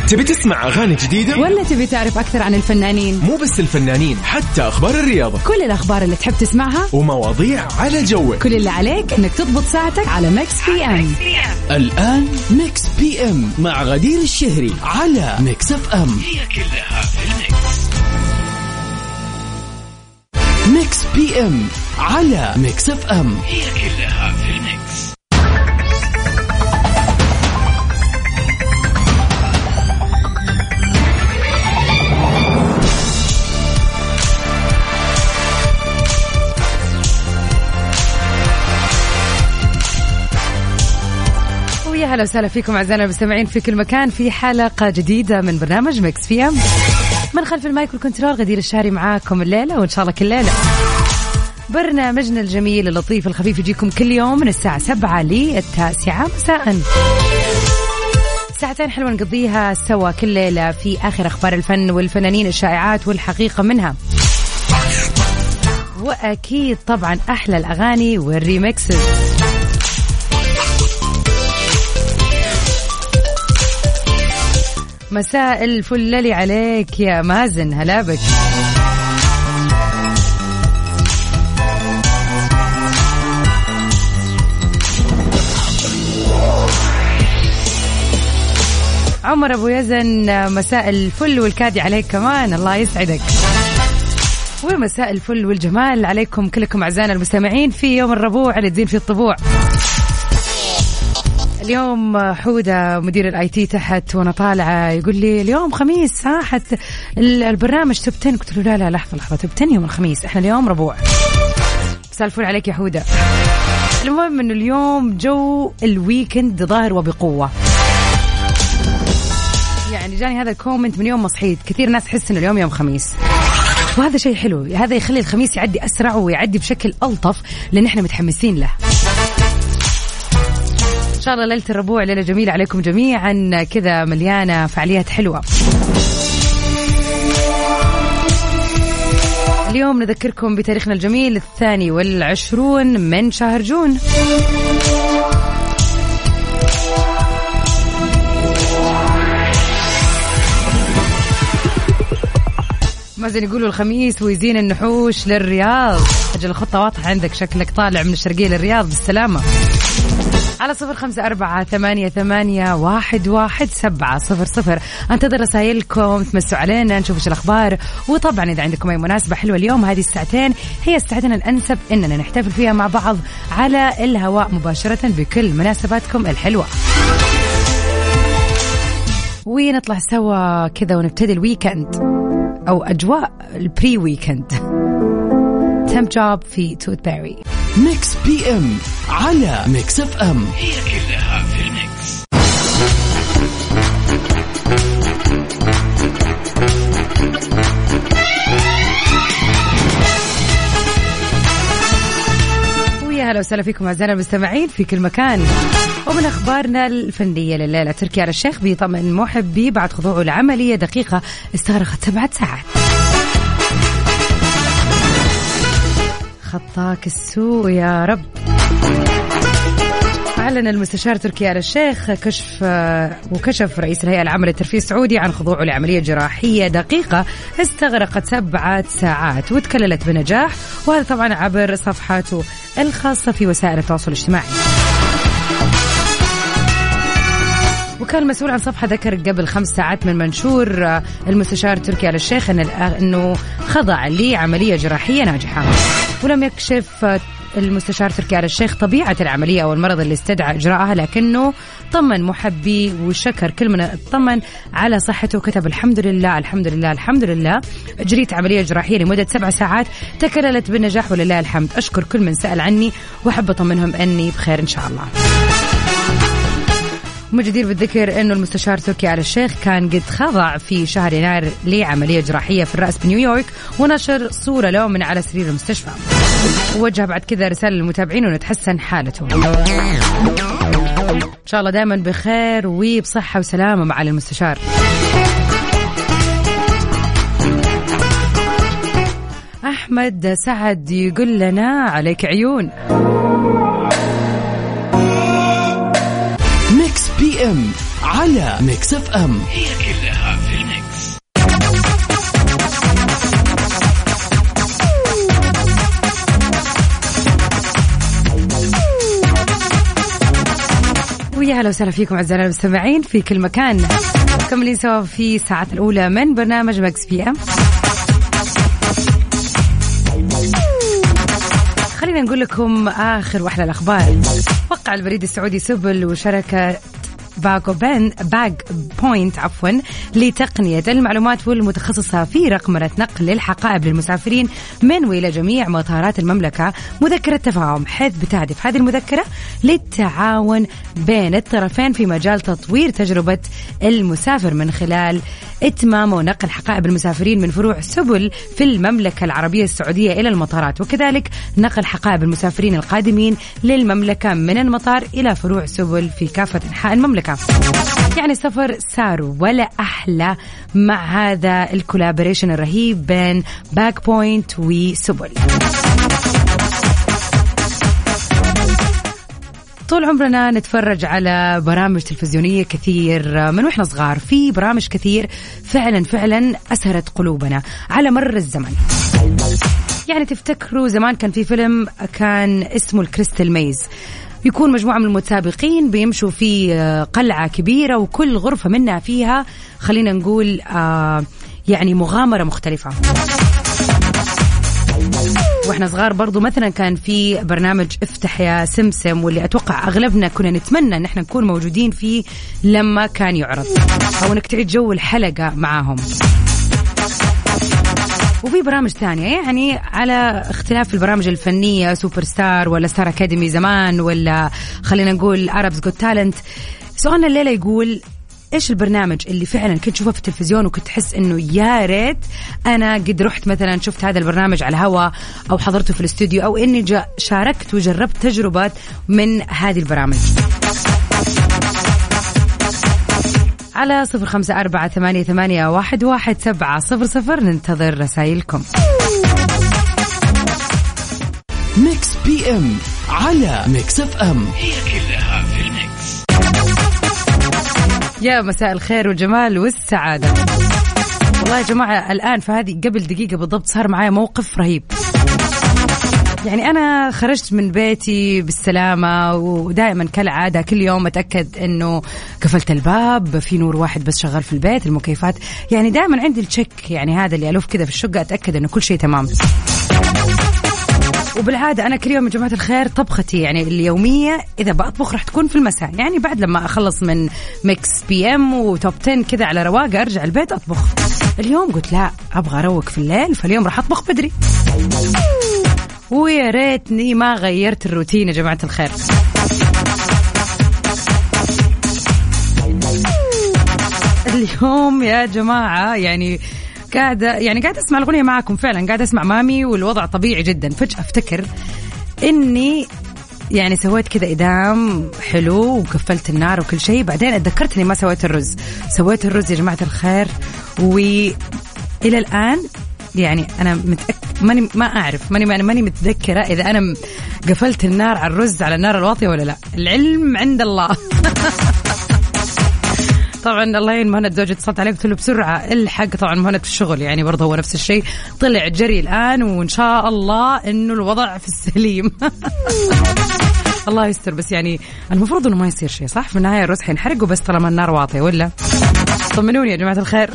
تبي تسمع أغاني جديدة ولا تبي تعرف أكثر عن الفنانين؟ مو بس الفنانين، حتى أخبار الرياضة، كل الأخبار اللي تحب تسمعها ومواضيع على جوك. كل اللي عليك إنك تضبط ساعتك على ميكس بي ام. الآن ميكس بي ام مع غدير الشهري على ميكس اف ام. هي كلها في الميكس. ميكس بي ام على ميكس اف ام. هي كلها في الميكس. هلا وسهلا فيكم أعزائنا المستمعين في كل مكان في حلقة جديدة من برنامج ميكس بي ام. من خلف المايك والكنترول غدير الشهري معاكم الليلة وإن شاء الله كل ليلة. برنامجنا الجميل اللطيف الخفيف يجيكم كل يوم من الساعة 7 للتاسعة مساء. ساعتين حلوة نقضيها سوا كل ليلة في آخر أخبار الفن والفنانين، الشائعات والحقيقة منها، وأكيد طبعا أحلى الأغاني والريمكسز. مساء الفل عليك يا مازن، هلا بك. عمر أبو يزن مساء الفل والكادي عليك كمان، الله يسعدك. ومساء الفل والجمال عليكم كلكم أعزائنا المستمعين في يوم الربوع اللي تزين فيه الطبوع. اليوم حودة مدير الاي تي تحت وانا طالعه يقول لي اليوم خميس ساحه البرنامج تبتن. قلت له لا لحظه تبتن يوم الخميس، احنا اليوم ربوع. مساء الفل عليك يا حودة. المهم انه اليوم جو الويكند ظاهر وبقوه، يعني جاني هذا الكومنت من يوم ما صحيت. كثير ناس تحس انه اليوم يوم خميس، وهذا شيء حلو. هذا يخلي الخميس يعدي اسرع ويعدي بشكل الطف لان احنا متحمسين له. إن شاء الله ليلة الربوع ليلة جميلة عليكم جميعا، كذا مليانة فعاليات حلوة. اليوم نذكركم بتاريخنا الجميل 22 من شهر جون. مازن يقولوا الخميس ويزين النحوش للرياض. أجل الخطة واضحة عندك، شكلك طالع من الشرقية للرياض بالسلامة. على 0548811700 انتظر رسائلكم، تمسوا علينا نشوف ايش الاخبار. وطبعا اذا عندكم اي مناسبه حلوه اليوم، هذه الساعتين هي الساعتين الانسب اننا نحتفل فيها مع بعض على الهواء مباشره بكل مناسباتكم الحلوه، ونطلع سوا كذا ونبتدي الويكند او اجواء البري ويكند. تيم جوب في توت باري. ميكس بي ام على ميكس اف ام. هي كلها في الميكس. ويا هلا وسهلا فيكم أعزائنا المستمعين في كل مكان. ومن أخبارنا الفنية لليلة، تركي آل الشيخ بيطمئن محبي بعد خضوعه لعملية دقيقة استغرقت 7 ساعات. خطاك السوء يا رب. أعلن المستشار تركي آل الشيخ كشف رئيس الهيئة العامة للترفيه السعودي عن خضوعه لعملية جراحية دقيقة استغرقت 7 ساعات وتكللت بنجاح، وهذا طبعا عبر صفحاته الخاصة في وسائل التواصل الاجتماعي. وكان المسؤول عن صفحة ذكر قبل 5 ساعات من منشور المستشار تركي آل الشيخ أنه خضع لعملية جراحية ناجحة. ولم يكشف المستشار تركي آل الشيخ طبيعة العملية أو المرض اللي استدعى إجراءها، لكنه طمن محبي وشكر كل من اطمن على صحته وكتب الحمد لله الحمد لله الحمد لله، أجريت عملية جراحية لمدة 7 ساعات تكللت بالنجاح ولله الحمد. أشكر كل من سأل عني وأحب أطمنهم أني بخير إن شاء الله. ومجدير بالذكر أنه المستشار تركي آل الشيخ كان قد خضع في شهر يناير لعملية جراحية في الرأس بنيويورك، ونشر صورة له من على سرير المستشفى، ووجه بعد كذا رسالة للمتابعين ونتحسن حالته. إن شاء الله دائما بخير وبصحة وسلامة مع المستشار. أحمد سعد يقول لنا عليك عيون. ميكس بي ام على ميكس اف ام. هي كلها في الميكس. ويا هلا وسهلا فيكم أعزائنا المستمعين في كل مكان. كملين سوا في الساعات الأولى من برنامج ميكس بي ام. خلينا نقول لكم آخر وأحلى الأخبار. وقع البريد السعودي سبل وشركة باج بوينت لتقنية المعلومات والمتخصصة في رقمنة نقل الحقائب للمسافرين من وإلى جميع مطارات المملكة مذكرة تفاهم، حيث بتهدف هذه المذكرة للتعاون بين الطرفين في مجال تطوير تجربة المسافر من خلال إتمام ونقل حقائب المسافرين من فروع سبل في المملكة العربية السعودية إلى المطارات، وكذلك نقل حقائب المسافرين القادمين للمملكة من المطار إلى فروع سبل في كافة أنحاء المملكة. يعني سفر صار ولا أحلى مع هذا الكولابوريشن الرهيب بين باك بوينت وسبل. طول عمرنا نتفرج على برامج تلفزيونية كثير من وإحنا صغار، في برامج كثير فعلا أسهرت قلوبنا على مر الزمن. يعني تفتكروا زمان كان في فيلم كان اسمه الكريستال ميز، يكون مجموعة من المتسابقين بيمشوا في قلعة كبيرة وكل غرفة منها فيها خلينا نقول يعني مغامرة مختلفة. واحنا صغار برضو مثلا كان في برنامج افتح يا سمسم، واللي اتوقع اغلبنا كنا نتمنى ان احنا نكون موجودين فيه لما كان يعرض او انك تعيد جو الحلقة معاهم. وفي برامج ثانية يعني على اختلاف البرامج الفنية، سوبر ستار ولا ستار أكاديمي زمان، ولا خلينا نقول عربز جوت تالنت. سؤالنا الليلة يقول إيش البرنامج اللي فعلا كنت تشوفه في التلفزيون وكنت تحس إنه يا ريت أنا قد رحت مثلا شفت هذا البرنامج على الهواء أو حضرته في الاستوديو أو إني شاركت وجربت تجربة من هذه البرامج. على 0548811700 ننتظر رسائلكم. ميكس بي ام على ميكس اف ام. هي كلها في الميكس. يا مساء الخير والجمال والسعادة. والله يا جماعة الآن فهذه قبل دقيقة بالضبط صار معايا موقف رهيب. يعني أنا خرجت من بيتي بالسلامة، ودائما كالعادة كل يوم أتأكد أنه قفلت الباب، في نور واحد بس شغال في البيت، المكيفات، يعني دائما عندي التشيك، يعني هذا اللي ألوف كذا في الشقة أتأكد أنه كل شيء تمام. وبالعادة أنا كل يوم يا جماعة الخير طبختي يعني اليومية إذا بأطبخ رح تكون في المساء، يعني بعد لما أخلص من ميكس بي ام وتوب 10 كذا على رواقة أرجع البيت أطبخ. اليوم قلت لا أبغى أروق في الليل، فاليوم رح أطبخ بدري. ويا ريتني ما غيرت الروتين يا جماعة الخير. اليوم يا جماعة يعني قاعدة أسمع الأغنية معاكم، فعلا قاعدة أسمع مامي والوضع طبيعي جدا. فجأة أفتكر إني يعني سويت كذا إدام حلو وقفلت النار وكل شيء، بعدين أتذكرت إني ما سويت الرز. سويت الرز يا جماعة الخير، وإلى الآن يعني أنا ماني متذكرة إذا أنا قفلت النار على الرز على النار الواطية ولا لا. العلم عند الله. طبعا الله يعين مهند زوجي، اتصلت عليه قلت له بسرعة الحق، طبعا مهند في الشغل يعني برضه هو نفس الشيء، طلع جري الآن وإن شاء الله إنه الوضع في السليم. الله يستر. بس يعني المفروض إنه ما يصير شيء صح، في النهاية الرز حينحرق وبس طالما النار واطية، ولا طمنوني يا جماعة الخير.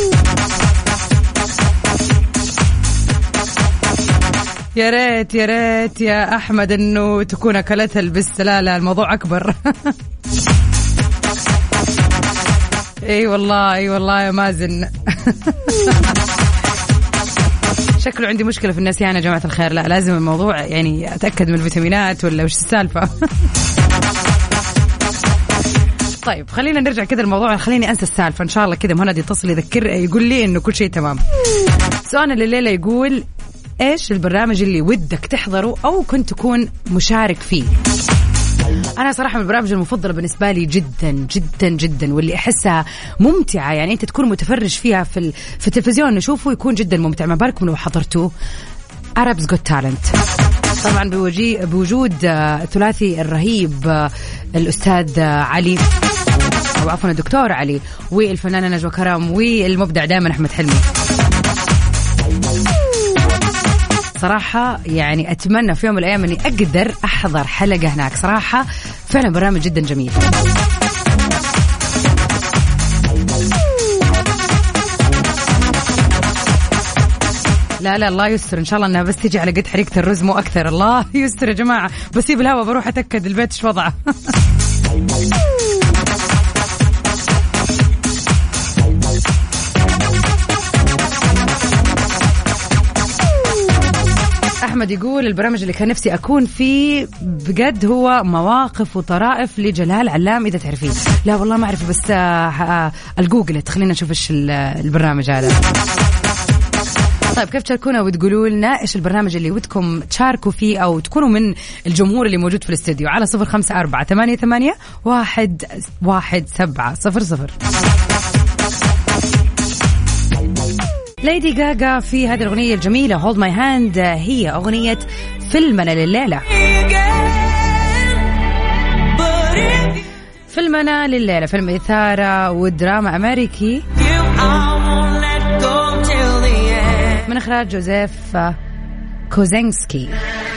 يا ريت يا أحمد إنه تكون أكلتها البس. لا الموضوع أكبر. اي والله يا مازن. شكله عندي مشكلة في النسيان يا جماعة الخير. لا لازم الموضوع يعني أتأكد من الفيتامينات ولا وش السالفة. طيب خلينا نرجع كذا الموضوع، خليني أنسى السالفة إن شاء الله كذا مهند يتصل يقول لي إنه كل شيء تمام. سؤالنا الليلة يقول إيش البرنامج اللي ودك تحضره أو كنت تكون مشارك فيه؟ أنا صراحة من البرامج المفضلة بالنسبة لي جدا جدا جدا، واللي أحسها ممتعة، يعني أنت تكون متفرج فيها في التلفزيون نشوفه يكون جدا ممتع. ما بالكم لو حضرتوه عربز جوت تالنت، طبعا بوجود الثلاثي الرهيب الأستاذ علي أو عفوا الدكتور علي، والفنانة نجوى كرم، والمبدع دائما أحمد حلمي. صراحة يعني أتمنى في يوم من الأيام أني أقدر أحضر حلقة هناك، صراحة فعلا برنامج جدا جميل. لا الله يستر إن شاء الله أنها بس تيجي على قد حريقة الرز مو أكثر. الله يستر يا جماعة، بسيب الهوا بروح أتأكد البيت إيش وضعه. أحمد يقول البرامج اللي كان نفسي أكون فيه بجد هو مواقف وطرائف لجلال علام، إذا تعرفين. لا والله ما أعرف، بس الجوجل خلينا نشوف إيش البرنامج هذا. طيب كيف تشاركونا وتقولوا لنا إيش البرنامج اللي ودكم تشاركوا فيه أو تكونوا من الجمهور اللي موجود في الاستوديو على 0548811700. ليدي غاغا في هذه الأغنية الجميلة Hold My Hand، هي أغنية فيلمنا لليلة. فيلمنا لليلة فيلم إثارة ودراما أمريكي من إخراج جوزيف كوزينسكي.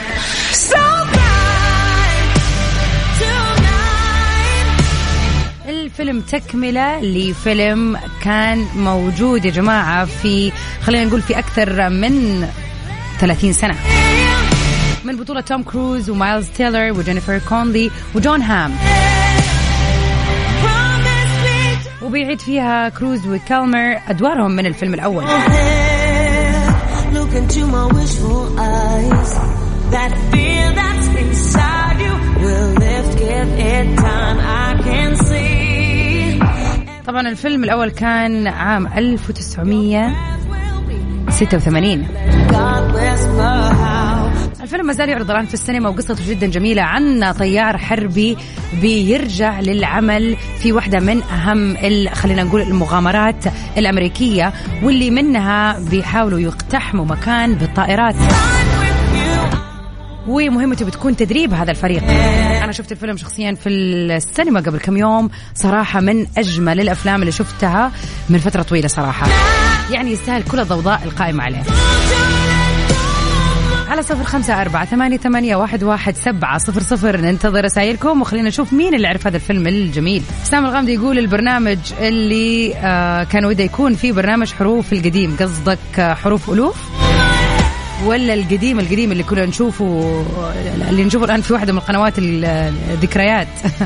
الفيلم تكملة لفيلم كان موجود يا جماعة في خلينا نقول في أكثر من 30 سنة، من بطولة توم كروز ومايلز تيلر وجينيفر كونلي وجون هام، وبيعيد فيها كروز وكالمر أدوارهم من الفيلم الأول. طبعا الفيلم الأول كان عام 1986. الفيلم ما زال يعرض الآن في السينما، وقصته جدا جميلة عن طيار حربي بيرجع للعمل في واحدة من أهم خلينا نقول المغامرات الأمريكية، واللي منها بيحاولوا يقتحموا مكان بالطائرات، ومهمته بتكون تدريب هذا الفريق. أنا شفت الفيلم شخصيا في السينما قبل كم يوم، صراحة من أجمل الأفلام اللي شفتها من فترة طويلة صراحة، يعني يستاهل كل الضوضاء القائمة عليه. على 0548811700 ننتظر رسائلكم، وخلينا نشوف مين اللي عرف هذا الفيلم الجميل. سام الغامدي يقول البرنامج اللي كان وده يكون فيه برنامج حروف القديم، قصدك حروف ألوف ولا القديم اللي كنا نشوفه الآن في واحدة من القنوات الذكريات؟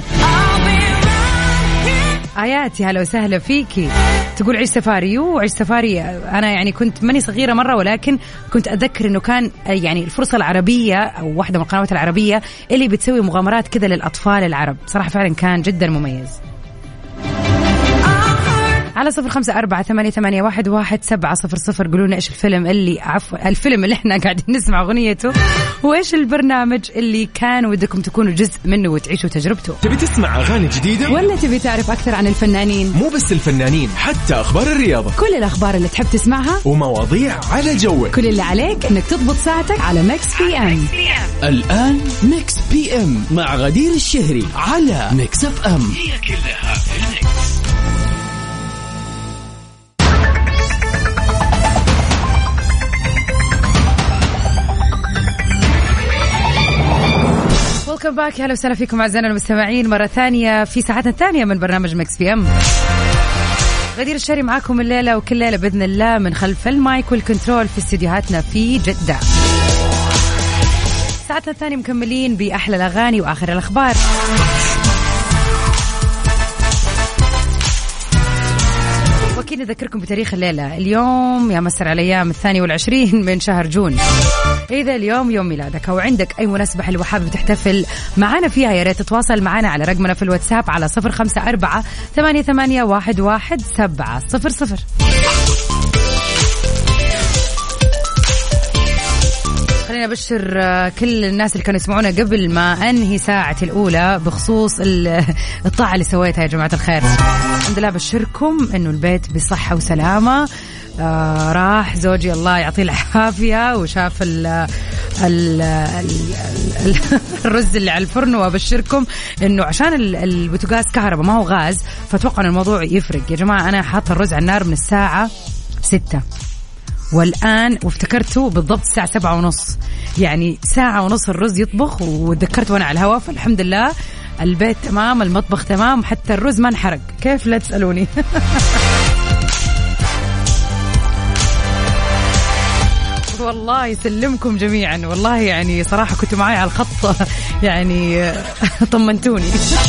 آياتي هلا وسهلا فيكي. تقول عيش سفاري. وعيش سفاري أنا يعني كنت ماني صغيرة مرة، ولكن كنت أذكر إنه كان يعني الفرصة العربية أو واحدة من القنوات العربية اللي بتسوي مغامرات كذا للأطفال العرب، صراحة فعلا كان جدا مميز. على 0548811700 قولونا إيش الفيلم اللي احنا قاعدين نسمع أغنيته، وإيش البرنامج اللي كان ودكم تكونوا جزء منه وتعيشوا تجربته. تبي تسمع أغاني جديدة ولا تبي تعرف أكثر عن الفنانين؟ مو بس الفنانين، حتى أخبار الرياضة، كل الأخبار اللي تحب تسمعها ومواضيع على جوك. كل اللي عليك إنك تضبط ساعتك على ميكس بي ام. الآن ميكس بي ام مع غدير الشهري على ميكس اف ام. هي كلها في الميكس. ويلكم باك، هلا وسهلا فيكم أعزائنا المستمعين مرة ثانية في ساعتنا الثانية من برنامج ميكس بي ام. غدير الشهري معاكم الليلة وكل ليلة بإذن الله من خلف المايك والكنترول في استديوهاتنا في جدة. ساعتنا الثانية مكملين بأحلى الأغاني وآخر الأخبار. وأكيد نذكركم بتاريخ الليلة. اليوم يا مسر على أيام 22 من شهر جون. إذا اليوم يوم ميلادك أو عندك أي مناسبة حلوة حابب تحتفل معنا فيها، يا ريت تتواصل معنا على رقمنا في الواتساب على 0548811700. خلينا أبشر كل الناس اللي كانوا يسمعونا قبل ما أنهي ساعتي الأولى بخصوص الطاعة اللي سويتها يا جماعة الخير. الحمد لله بشركم إنه البيت بصحة وسلامة. راح زوجي الله يعطيه العافية وشاف الرز اللي على الفرن، وابشركم انه عشان البوتاجاز كهرباء ما هو غاز، فاتوقع ان الموضوع يفرق. يا جماعه انا حاطه الرز على النار من الساعه 6 والآن وافتكرته بالضبط الساعة 7:30، يعني ساعة ونص الرز يطبخ، وذكرت وأنا على الهواء. فالحمد لله البيت تمام، المطبخ تمام، حتى الرز ما انحرق. كيف لا تسألوني. والله يسلمكم جميعا، والله يعني صراحة كنتوا معي على الخط يعني طمنتوني.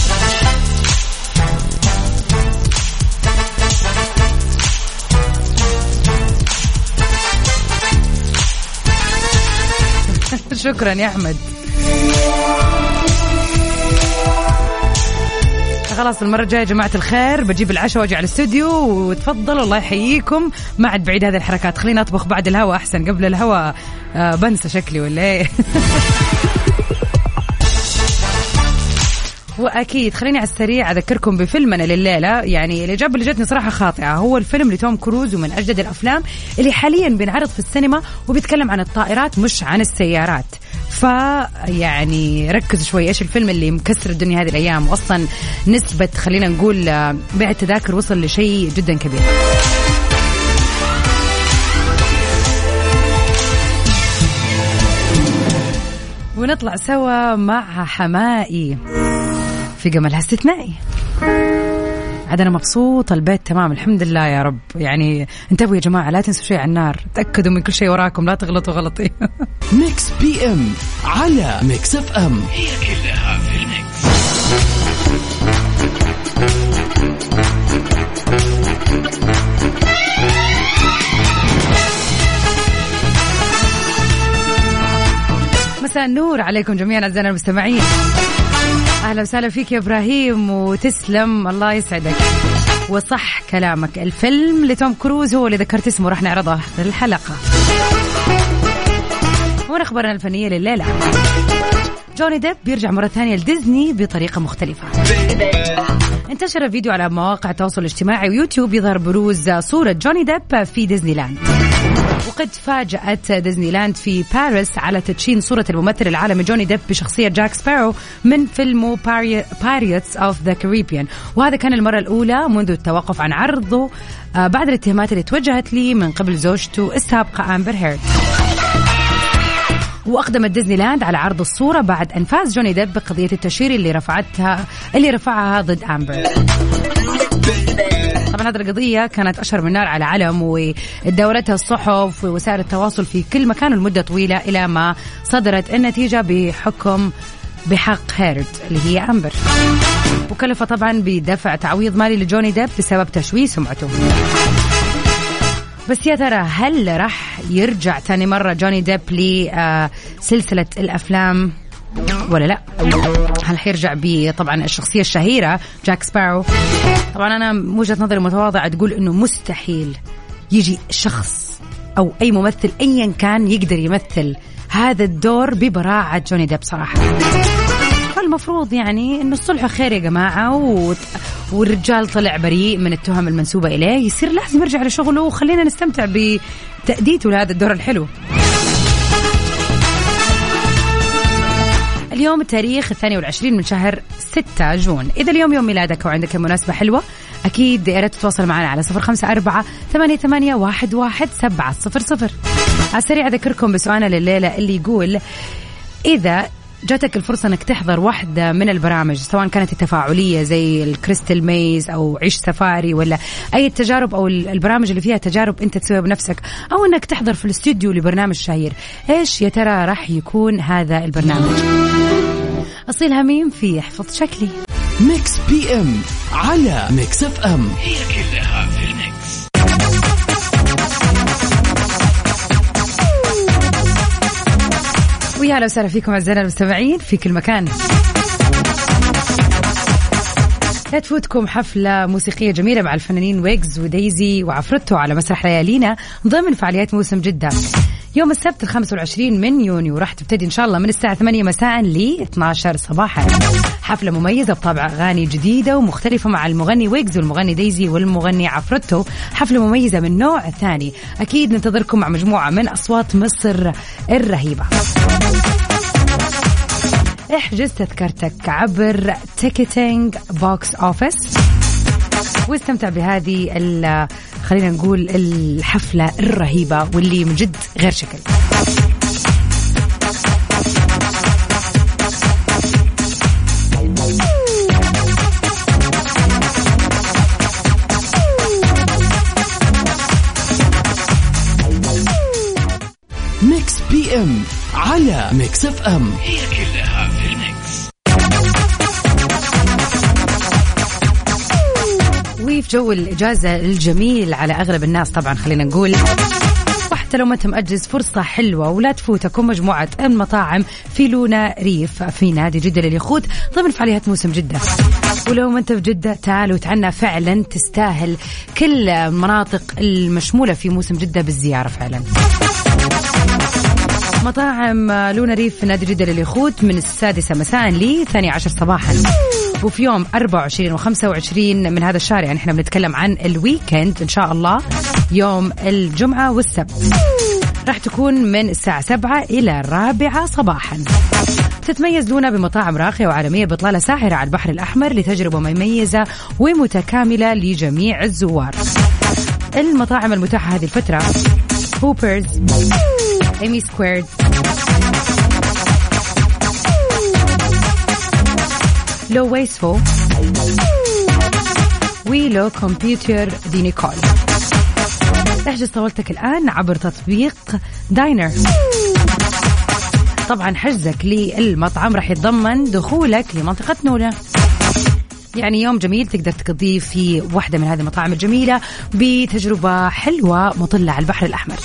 شكرا يا أحمد. خلاص المرة الجاية يا جماعة الخير بجيب العشاء واجي على الاستوديو، وتفضل الله يحييكم. ما عاد بعيد هذه الحركات، خلينا أطبخ بعد الهواء أحسن، قبل الهواء بنسى شكلي ولا ايه. وأكيد خليني على السريع أذكركم بفيلمنا لليلة. يعني الإجابة اللي جتني صراحة خاطئة، هو الفيلم لتوم كروز ومن أجدد الأفلام اللي حاليا بينعرض في السينما، وبيتكلم عن الطائرات مش عن السيارات. فيعني ركزوا شوي إيش الفيلم اللي مكسر الدنيا هذه الأيام، وأصلا نسبة خلينا نقول بيع التذاكر وصل لشيء جدا كبير. ونطلع سوا مع حمائي في قملها استثنائي. عاد أنا مبسوطة، البيت تمام الحمد لله يا رب. يعني انتبهوا يا جماعة، لا تنسوا شيء على النار، تأكدوا من كل شيء وراكم، لا تغلطوا غلطي. ميكس بي ام على ميكس اف ام، هي كلها في الميكس. مساء النور عليكم جميعا أعزائنا المستمعين، أهلا وسهلا فيك يا إبراهيم، وتسلم الله يسعدك. وصح كلامك، الفيلم لتوم كروز هو اللي ذكرت اسمه، راح نعرضه في الحلقة. ونخبرنا الفنية لليلة، جوني ديب بيرجع مرة ثانية لديزني بطريقة مختلفة. انتشر فيديو على مواقع التواصل الاجتماعي ويوتيوب يظهر بروز صورة جوني ديب في ديزني لاند. وقد فاجأت ديزني لاند في باريس على تدشين صورة الممثل العالمي جوني ديب بشخصية جاك سبارو من فيلمه Pirates of the Caribbean، وهذا كان المرة الأولى منذ التوقف عن عرضه بعد الاتهامات اللي توجهت لي من قبل زوجته السابقة أمبر هيرد. وأقدمت ديزني لاند على عرض الصورة بعد أن فاز جوني ديب بقضية التشهير اللي رفعها ضد أمبر. طبعا هذه القضية كانت أشهر من نار على علم، وتداولتها الصحف ووسائل التواصل في كل مكان لمدة طويلة، إلى ما صدرت النتيجة بحكم بحق هيرد اللي هي أمبر، وكلفة طبعا بدفع تعويض مالي لجوني ديب بسبب تشويه سمعته. بس يا ترى هل راح يرجع تاني مرة جوني ديب لسلسلة الأفلام ولا لا؟ هل حيرجع طبعا الشخصية الشهيرة جاك سبارو؟ طبعا أنا وجهة نظري متواضعة تقول إنه مستحيل يجي شخص أو أي ممثل أيا كان يقدر يمثل هذا الدور ببراعة جوني ديب صراحة. فالمفروض يعني إنه الصلح خير يا جماعة، والرجال طلع بريء من التهم المنسوبة إليه، يصير لازم يرجع لشغله، وخلينا نستمتع بتأديته لهذا الدور الحلو. اليوم التاريخ 22 من شهر 6 جون. إذا اليوم يوم ميلادك وعندك مناسبة حلوة، أكيد يا ريت تتواصل معنا على 0548811700. على السريع أذكركم بسؤالنا لليلة اللي يقول: إذا جاتك الفرصة أنك تحضر واحدة من البرامج، سواء كانت التفاعلية زي الكريستال ميز أو عيش سفاري، ولا أي التجارب أو البرامج اللي فيها تجارب أنت تسويها بنفسك، أو أنك تحضر في الاستوديو لبرنامج شهير، إيش يا ترى راح يكون هذا البرنامج؟ أصيلها ميم في حفظ شكلي. ميكس بي ام على ميكس اف ام، هي كلها في الميكس. ويا لو سهلا فيكم أعزائنا المستمعين في كل مكان. لا تفوتكم حفلة موسيقية جميلة مع الفنانين ويجز ودايزي وعفرتو على مسرح ليالينا ضمن فعاليات موسم جدة يوم السبت 25 من يونيو، وراح تبتدي إن شاء الله من الساعة 8 مساء ل 12 صباحا. حفلة مميزة بطابع أغاني جديدة ومختلفة مع المغني ويجز والمغني دايزي والمغني عفرتو. حفلة مميزة من نوع ثاني. أكيد ننتظركم مع مجموعة من أصوات مصر الرهيبة. احجز تذكرتك عبر تيكتينج بوكس أوفيس واستمتع بهذه خلينا نقول الحفلة الرهيبة واللي من جد غير شكل. ميكس بي ام على ميكس اف ام. هي كلها في الميكس. وفي جو الإجازة الجميل على أغلب الناس طبعا خلينا نقول، وحتى لو ما انت مأجز فرصة حلوة ولا تفوتكم مجموعة المطاعم في لونا ريف في نادي جدة لليخوت ضمن فعاليات موسم جدة. ولو ما انت في جدة تعال وتعنا، فعلا تستاهل كل المناطق المشمولة في موسم جدة بالزيارة فعلا. مطاعم لونا ريف في نادي جدة لليخوت من 6 مساء ل 12 صباحا، وفي يوم 24 و25 من هذا الشهر، يعني احنا بنتكلم عن الويكند إن شاء الله، يوم الجمعة والسبت راح تكون من الساعة 7 إلى 4 صباحا. تتميز لونا بمطاعم راقية وعالمية بإطلالة ساحرة على البحر الأحمر لتجربة مميزة ومتكاملة لجميع الزوار. المطاعم المتاحة هذه الفترة: هوبرز، إيمي سكويرد، لو ويسفو، ولو كمبيوتر دي نيكول. احجز طاولتك الآن عبر تطبيق داينر. طبعا حجزك للمطعم راح يتضمن دخولك لمنطقة نونا، يعني يوم جميل تقدر تقضيه في واحدة من هذه المطاعم الجميلة بتجربة حلوة مطلة على البحر الأحمر.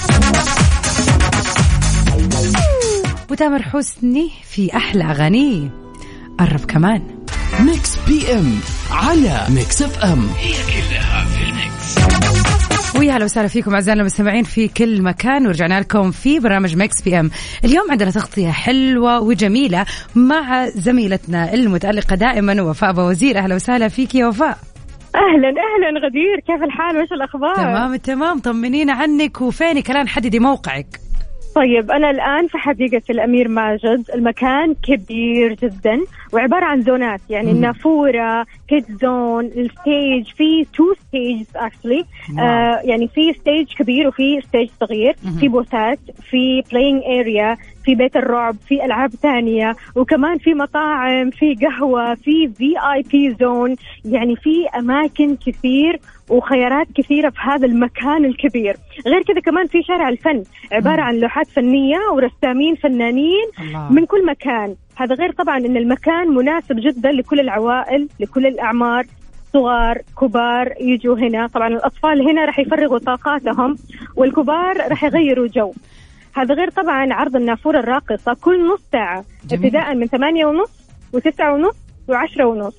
وتامر حسني في أحلى أغانيه قرب كمان. ميكس بي ام على ميكس اف ام. هي كلها في الميكس. ويا هلا وسهلا فيكم أعزائنا المستمعين في كل مكان، ورجعنا لكم في برنامج ميكس بي ام. اليوم عندنا تغطية حلوة وجميلة مع زميلتنا المتألقة دائما وفاء بوزير. أهلا وسهلا فيك يا وفاء. أهلا أهلا غدير، كيف الحال وإيش الأخبار؟ تمام تمام، طمنينا عنك وفينك الآن، حددي موقعك. طيب أنا الآن في حديقة الأمير ماجد. المكان كبير جدا وعبارة عن زونات، يعني النافورة، كيد زون، الستيج، في 2 ستيجز actually. يعني في ستيج كبير وفي ستيج صغير، في بوثات، في playing area، في بيت الرعب، في ألعاب ثانية، وكمان في مطاعم، في قهوة، في VIP زون، يعني في أماكن كثير وخيارات كثيرة في هذا المكان الكبير. غير كذا كمان في شارع الفن، عبارة عن لوحات فنية ورسامين فنانين من كل مكان. هذا غير طبعا أن المكان مناسب جدا لكل العوائل، لكل الأعمار، صغار كبار يجوا هنا. طبعا الأطفال هنا رح يفرغوا طاقاتهم والكبار رح يغيروا جو. هذا غير طبعا عرض النافورة الراقصة كل نص ساعة ابتداء من 8:30 و9:30 و10:30.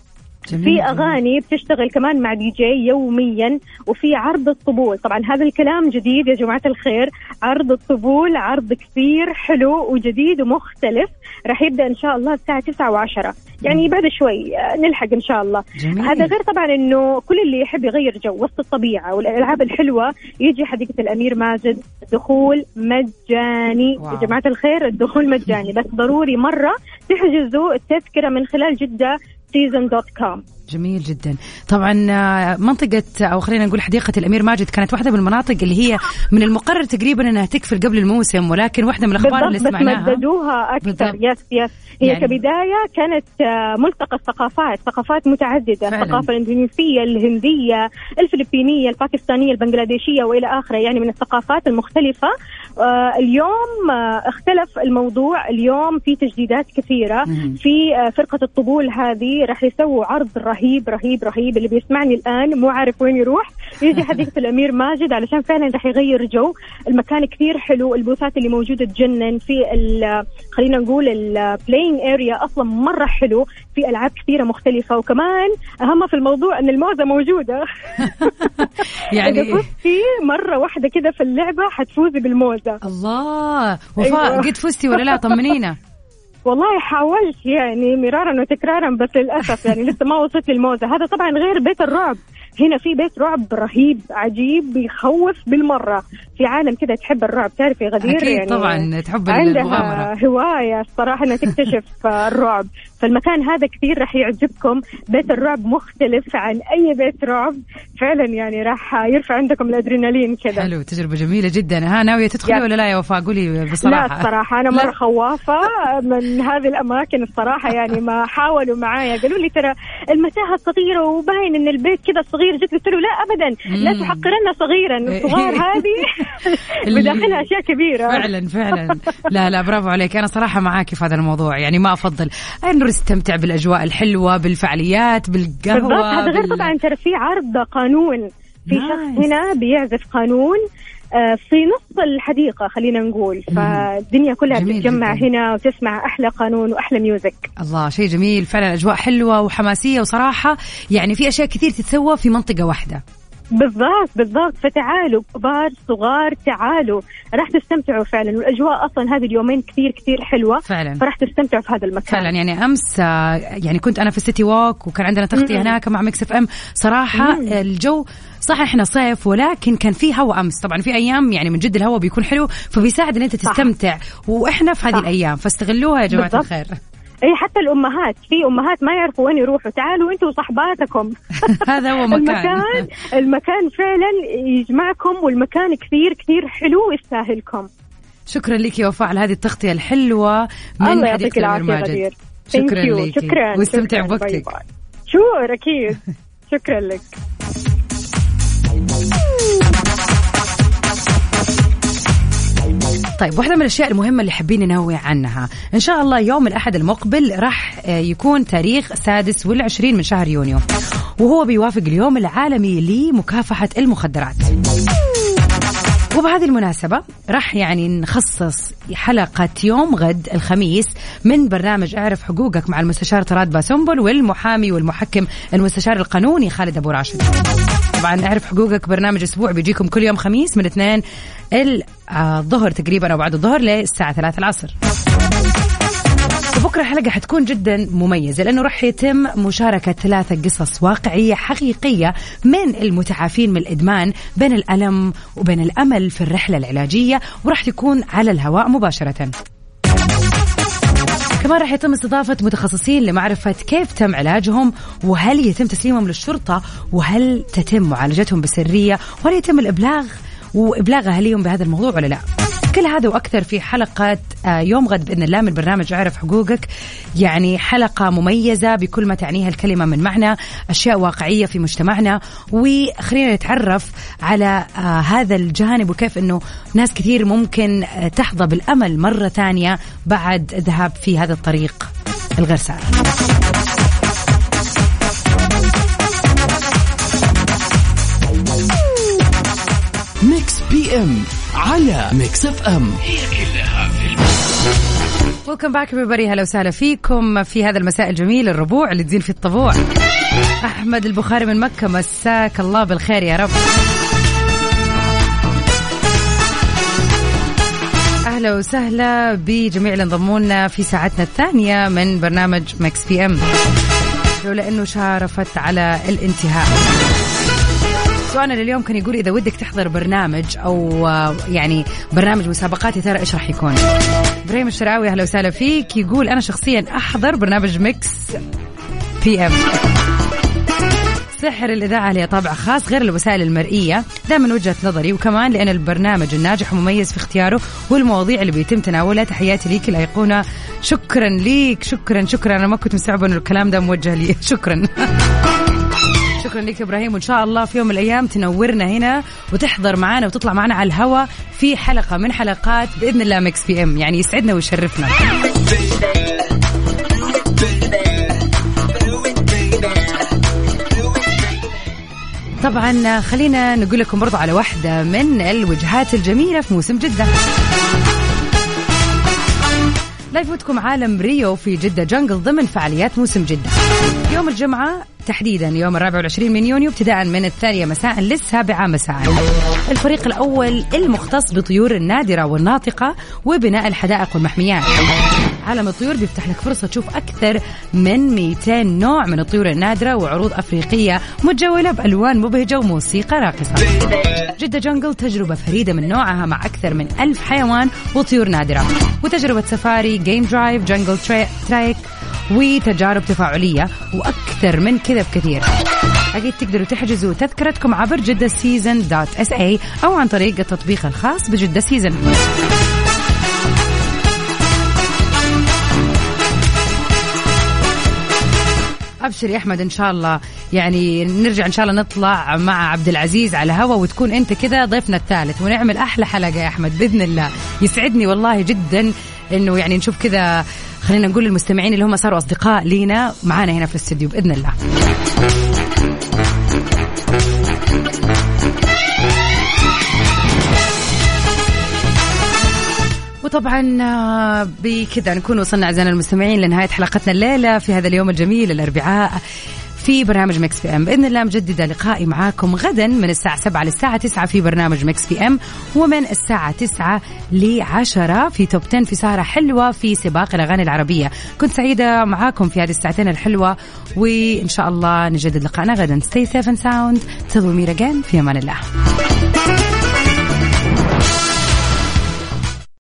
في أغاني بتشتغل كمان مع دي جي يوميا، وفي عرض الطبول. طبعا هذا الكلام جديد يا جماعة الخير، عرض الطبول عرض كثير حلو وجديد ومختلف، راح يبدأ إن شاء الله الساعة 9 و10، يعني بعد شوي نلحق إن شاء الله. جميل. هذا غير طبعا إنه كل اللي يحب يغير جو وسط الطبيعة والألعاب الحلوة يجي حديقة الأمير ماجد. دخول مجاني. واو. يا جماعة الخير الدخول مجاني، بس ضروري مرة تحجزوا التذكرة من خلال جدة season.com. جميل جدا. طبعا منطقة أو خلينا نقول حديقة الأمير ماجد كانت واحدة من المناطق اللي هي من المقرر تقريبا أنها تكفل قبل الموسم، ولكن واحدة من الأخبار اللي سمعناها بس مددوها أكثر. يس هي يعني كبداية كانت ملتقى ثقافات متعددة، الثقافة الإندونيسية، الهندية، الفلبينية، الباكستانية، البنغلاديشية وإلى آخره، يعني من الثقافات المختلفة. اليوم اختلف الموضوع، اليوم في تجديدات كثيرة في فرقة الطبول هذه. راح يسووا عرض رهيب رهيب رهيب. اللي بيسمعني الآن مو عارف وين يروح يجي حديقة الأمير ماجد علشان فعلا راح يغير جو. المكان كثير حلو، البوثات اللي موجودة تجنن، في خلينا نقول البلاينج اريا أصلا مرة حلو، في ألعاب كثيرة مختلفة، وكمان أهم في الموضوع أن الموزة موجودة. يعني إذا فزتي مرة واحدة كده في اللعبة حتفوزي بالموزة. الله. وفاء قد فزتي ولا لا؟ طمنينا. والله حاولت يعني مرارا وتكرارا بس للأسف يعني لسه ما وصلت للموزة. هذا طبعا غير بيت الرعب، هنا في بيت رعب رهيب عجيب بيخوف بالمرة. في عالم كده تحب الرعب، تعرف يا غدير أكيد يعني طبعا تحب عندها المغامرة، هواية الصراحة أنها تكتشف الرعب. فالمكان هذا كثير رح يعجبكم، بيت الرعب مختلف عن أي بيت رعب فعلا، يعني راح يرفع عندكم الأدرينالين كده. حلو، تجربة جميلة جدا. ناوية تدخلي ولا لا يا وفاء؟ قولي بصراحة. لا الصراحة أنا مرة خوافة من هذه الأماكن الصراحة، يعني ما حاولوا معايا قالوا لي ترى المساحة صغيرة وباين إن البيت كده صغير، جيت قلت له لا أبدا لا تحقرنا صغيرا، الصغار هذه بداخلها أشياء كبيرة. فعلا لا برافو عليك. أنا صراحة معاكي في هذا الموضوع، يعني ما أفضل إنه نستمتع بالأجواء الحلوة بالفعاليات بالقهوة بالضبط. هذا غير طبعا ترى في عرض قانون، في شخص هنا بيعزف قانون في نص الحديقة خلينا نقول، فالدنيا كلها بتتجمع هنا وتسمع أحلى قانون وأحلى ميوزك. الله، شيء جميل فعلا، أجواء حلوة وحماسية، وصراحة يعني في أشياء كثير تتسوى في منطقة واحدة. بالضبط. فتعالوا كبار صغار، تعالوا راح تستمتعوا فعلا، والأجواء أصلا هذه اليومين كثير حلوة فعلا، فراح تستمتعوا في هذا المكان فعلا. يعني أمس يعني كنت أنا في السيتي ووك وكان عندنا تغطية هناك مع ميكس اف ام. صراحة الجو صح احنا صيف ولكن كان في هواء أمس. طبعا في أيام يعني من جد الهواء بيكون حلو فبيساعد إن أنت تستمتع، وإحنا في هذه الأيام فاستغلوها يا جماعة الخير. اي حتى الامهات، في امهات ما يعرفوا وين يروحوا، تعالوا انتوا وصحباتكم. هذا هو المكان فعلا يجمعكم، والمكان كثير حلو يستاهلكم. شكرا لك يا وفاء على هذه التغطية الحلوة من حديقة الأمير ماجد. شكرا لك واستمتع بوقتك. شور أكيد. شكرا لك. طيب، واحدة من الأشياء المهمة اللي حابين ننوه عنها، إن شاء الله يوم الأحد المقبل راح يكون تاريخ 26 من شهر يونيو، وهو بيوافق اليوم العالمي لمكافحة المخدرات. وبهذه المناسبة راح يعني نخصص حلقة يوم غد الخميس من برنامج اعرف حقوقك مع المستشار طراد باسنبل والمحامي والمحكم المستشار القانوني خالد أبو راشد. طبعا اعرف حقوقك برنامج أسبوع بيجيكم كل يوم خميس من 2 الظهر تقريبا أو بعد الظهر للساعة 3 العصر. وبكرة الحلقة حتكون جدا مميزة لأنه راح يتم مشاركة 3 قصص واقعية حقيقية من المتعافين من الإدمان بين الألم وبين الأمل في الرحلة العلاجية، وراح تكون على الهواء مباشرة. كمان راح يتم استضافة متخصصين لمعرفة كيف تم علاجهم، وهل يتم تسليمهم للشرطة، وهل تتم معالجتهم بسرية، وهل يتم الإبلاغ وإبلاغ أهليهم بهذا الموضوع ولا لا. كل هذا وأكثر في حلقة يوم غد بإذن الله من برنامج اعرف حقوقك. يعني حلقة مميزة بكل ما تعنيها الكلمة من معنى، أشياء واقعية في مجتمعنا، وخلينا نتعرف على هذا الجانب وكيف أنه ناس كثير ممكن تحظى بالأمل مرة ثانية بعد الذهاب في هذا الطريق الغير سار. ميكس بي ام على ميكس اف ام، هي كلها في Welcome back everybody. هلا وسهلا فيكم في هذا المساء الجميل، الربوع اللي تزين في الطبوع. أحمد البخاري من مكة، مساك الله بالخير يا رب. أهلا وسهلا بجميع اللي انضموا لنا في ساعتنا الثانية من برنامج ميكس بي ام، لولا أنه شارفت على الانتهاء. سؤالنا لليوم كان يقول إذا ودك تحضر برنامج أو يعني برنامج مسابقات، ترى إيش راح يكون؟ إبراهيم الشرعاوي أهلا وسهلا فيك، يقول أنا شخصيا أحضر برنامج ميكس بي ام. سحر الإذاعة له طابع خاص غير الوسائل المرئية، ده من وجهة نظري، وكمان لأن البرنامج الناجح ومميز في اختياره والمواضيع اللي بيتم تناولها. تحياتي ليك الأيقونة. شكرا ليك، شكرا. أنا ما كنت مستوعبة إنه الكلام ده موجه لي. شكرا لك إبراهيم، وإن شاء الله في يوم من الأيام تنورنا هنا وتحضر معنا وتطلع معنا على الهواء في حلقة من حلقات بإذن الله ميكس بي ام، يعني يسعدنا ويشرفنا. طبعا خلينا نقول لكم برضو على واحدة من الوجهات الجميلة في موسم جدة. لا يفوتكم عالم ريو في جدة جنجل ضمن فعاليات موسم جدة. يوم الجمعة تحديدا يوم 24 من يونيو ابتداء من 8 مساء للسابعة مساء. الفريق الأول المختص بطيور النادرة والناطقة وبناء الحدائق والمحميات. عالم الطيور بيفتح لك فرصة تشوف أكثر من 200 نوع من الطيور النادرة وعروض أفريقية متجولة بألوان مبهجة وموسيقى راقصة. جدة جنجل تجربة فريدة من نوعها مع أكثر من 1000 حيوان وطيور نادرة، وتجربة سفاري، جيم درايف، جنجل ترايك، وتجارب تفاعلية وأكثر من كذا بكثير. أكيد تقدروا تحجزوا تذكرتكم عبر jeddaseason.sa أو عن طريق التطبيق الخاص بجدة سيزن. أبشر يا أحمد، إن شاء الله يعني نرجع إن شاء الله نطلع مع عبد العزيز على هوا وتكون أنت كده ضيفنا الثالث ونعمل أحلى حلقة يا أحمد بإذن الله. يسعدني والله جدا إنه يعني نشوف كذا، خلينا نقول للمستمعين اللي هم صاروا أصدقاء لينا معانا هنا في الاستوديو بإذن الله. وطبعا بكذا نكون وصلنا أعزائنا المستمعين لنهاية حلقتنا الليلة في هذا اليوم الجميل الأربعاء في برنامج ميكس بي ام. بإذن الله مجددة لقائي معاكم غدا من الساعة 7 للساعة 9 في برنامج ميكس بي ام، ومن الساعة 9 ل10 في توب 10 في سهرة حلوة في سباق الأغاني العربية. كنت سعيدة معاكم في هذه الساعتين الحلوة، وإن شاء الله نجدد لقائنا غدا. Stay safe and sound till we meet again. في أمان الله.